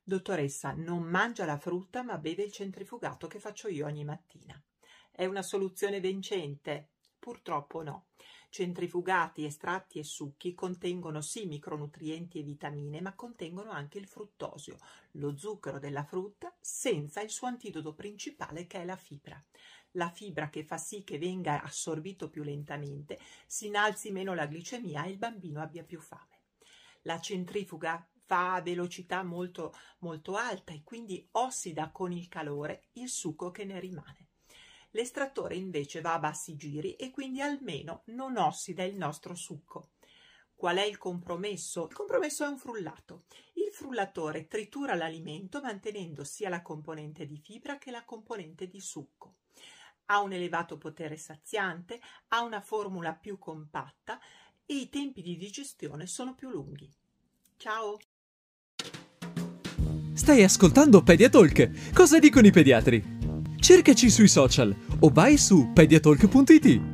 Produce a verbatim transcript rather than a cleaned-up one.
Dottoressa, non mangia la frutta ma beve il centrifugato che faccio io ogni mattina. È una soluzione vincente? Purtroppo no. Centrifugati, estratti e succhi contengono sì micronutrienti e vitamine, ma contengono anche il fruttosio, lo zucchero della frutta, senza il suo antidoto principale che è la fibra. La fibra che fa sì che venga assorbito più lentamente, si innalzi meno la glicemia e il bambino abbia più fame. La centrifuga va a velocità molto, molto alta e quindi ossida con il calore il succo che ne rimane. L'estrattore invece va a bassi giri e quindi almeno non ossida il nostro succo. Qual è il compromesso? Il compromesso è un frullato. Il frullatore tritura l'alimento mantenendo sia la componente di fibra che la componente di succo. Ha un elevato potere saziante, ha una formula più compatta e i tempi di digestione sono più lunghi. Ciao! Stai ascoltando Pediatalk. Cosa dicono i pediatri? Cercaci sui social o vai su pediatalk punto it.